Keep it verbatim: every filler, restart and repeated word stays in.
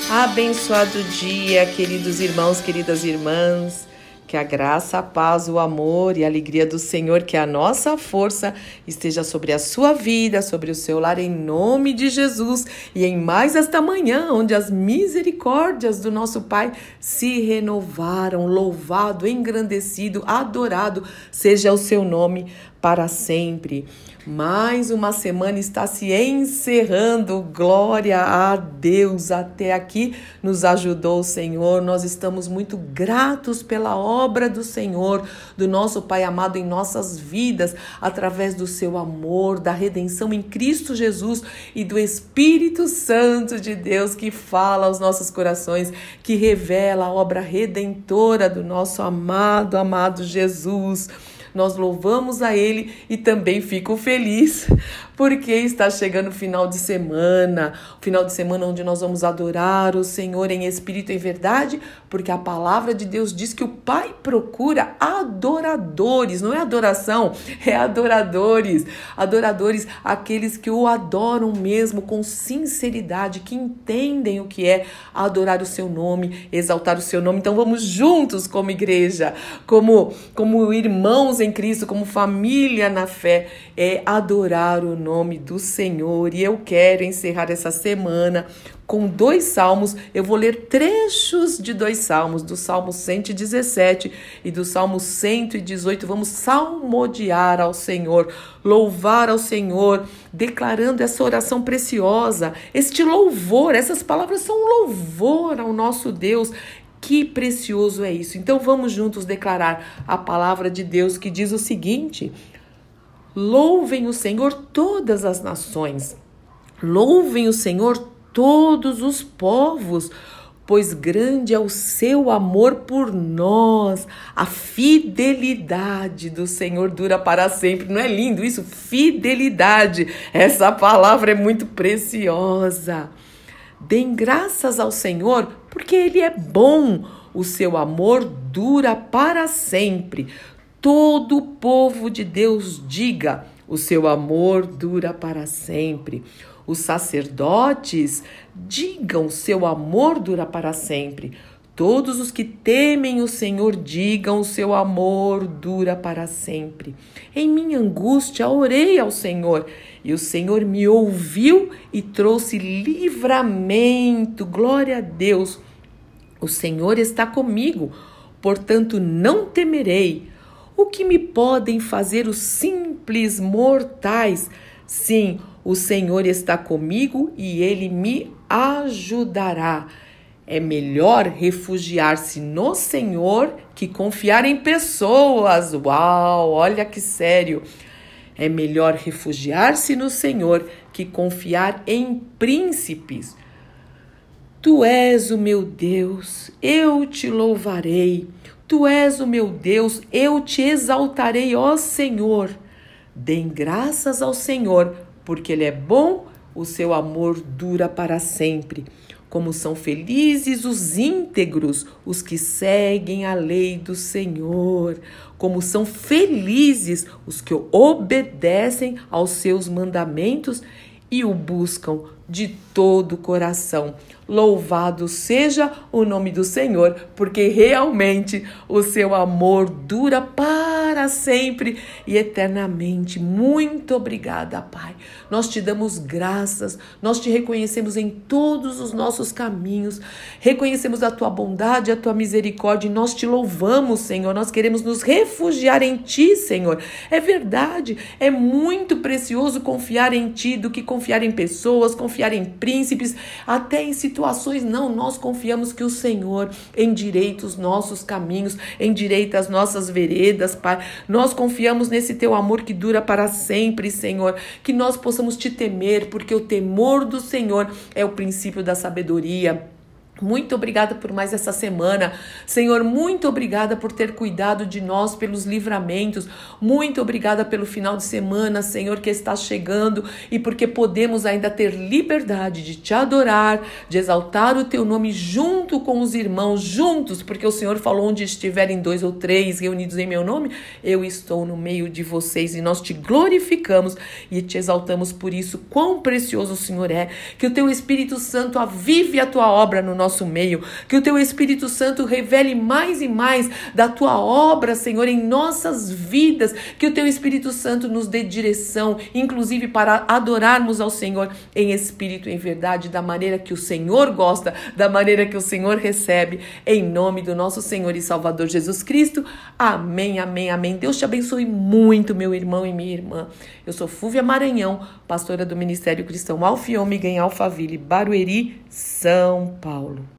Abençoado dia, queridos irmãos, queridas irmãs. Que a graça, a paz, o amor e a alegria do Senhor, que a nossa força esteja sobre a sua vida, sobre o seu lar, em nome de Jesus. E em mais esta manhã, onde as misericórdias do nosso Pai se renovaram, louvado, engrandecido, adorado seja o seu nome para sempre. Mais uma semana está se encerrando, glória a Deus, até aqui nos ajudou o Senhor, nós estamos muito gratos pela obra do Senhor, do nosso Pai amado em nossas vidas, através do seu amor, da redenção em Cristo Jesus e do Espírito Santo de Deus que fala aos nossos corações, que revela a obra redentora do nosso amado, amado Jesus. Nós louvamos a Ele e também fico feliz porque está chegando o final de semana, o final de semana onde nós vamos adorar o Senhor em espírito e em verdade, porque a palavra de Deus diz que o Pai procura adoradores, não é adoração, é adoradores, adoradores, aqueles que o adoram mesmo com sinceridade, que entendem o que é adorar o seu nome, exaltar o seu nome. Então vamos juntos como igreja, como, como irmãos em Cristo, como família na fé, é adorar o nome do Senhor. E eu quero encerrar essa semana com dois salmos. Eu vou ler trechos de dois salmos, do Salmo cento e dezessete e do Salmo cento e dezoito. Vamos salmodiar ao Senhor, louvar ao Senhor, declarando essa oração preciosa, este louvor. Essas palavras são um louvor ao nosso Deus. Que precioso é isso. Então vamos juntos declarar a palavra de Deus que diz o seguinte: louvem o Senhor todas as nações, louvem o Senhor todos os povos, pois grande é o seu amor por nós, a fidelidade do Senhor dura para sempre. Não é lindo isso? Fidelidade, essa palavra é muito preciosa. Deem graças ao Senhor, porque Ele é bom, o seu amor dura para sempre. Todo o povo de Deus diga, o seu amor dura para sempre. Os sacerdotes digam, o seu amor dura para sempre. Todos os que temem o Senhor digam, o seu amor dura para sempre. Em minha angústia orei ao Senhor, e o Senhor me ouviu e trouxe livramento. Glória a Deus. O Senhor está comigo, portanto não temerei. O que me podem fazer os simples mortais? Sim, o Senhor está comigo e Ele me ajudará. É melhor refugiar-se no Senhor que confiar em pessoas. Uau, olha que sério. É melhor refugiar-se no Senhor que confiar em príncipes. Tu és o meu Deus, eu te louvarei. Tu és o meu Deus, eu te exaltarei, ó Senhor. Deem graças ao Senhor, porque Ele é bom, o seu amor dura para sempre. Como são felizes os íntegros, os que seguem a lei do Senhor. Como são felizes os que obedecem aos seus mandamentos e o buscam de todo o coração. Louvado seja o nome do Senhor, porque realmente o seu amor dura para sempre e eternamente. Muito obrigada, Pai. Nós te damos graças, nós te reconhecemos em todos os nossos caminhos, reconhecemos a tua bondade, a tua misericórdia e nós te louvamos, Senhor. Nós queremos nos refugiar em ti, Senhor. É verdade, é muito precioso confiar em ti do que confiar em pessoas, confiar em príncipes, até em situações. Não, nós confiamos que o Senhor endireita os nossos caminhos, endireita as nossas veredas, Pai. Nós confiamos nesse teu amor que dura para sempre, Senhor, que nós possamos te temer, porque o temor do Senhor é o princípio da sabedoria. Muito obrigada por mais essa semana. Senhor, muito obrigada por ter cuidado de nós pelos livramentos. Muito obrigada pelo final de semana, Senhor, que está chegando e porque podemos ainda ter liberdade de te adorar, de exaltar o teu nome junto com os irmãos, juntos, porque o Senhor falou: onde estiverem dois ou três reunidos em meu nome, eu estou no meio de vocês, e nós te glorificamos e te exaltamos por isso. Quão precioso o Senhor é. Que o teu Espírito Santo avive a tua obra no nosso meio, que o teu Espírito Santo revele mais e mais da tua obra, Senhor, em nossas vidas, que o teu Espírito Santo nos dê direção, inclusive para adorarmos ao Senhor em espírito e em verdade, da maneira que o Senhor gosta, da maneira que o Senhor recebe, em nome do nosso Senhor e Salvador Jesus Cristo. Amém, amém, amém. Deus te abençoe muito, meu irmão e minha irmã. Eu sou Fúvia Maranhão, pastora do Ministério Cristão Alfa e Ômega em Alphaville, Barueri, São Paulo.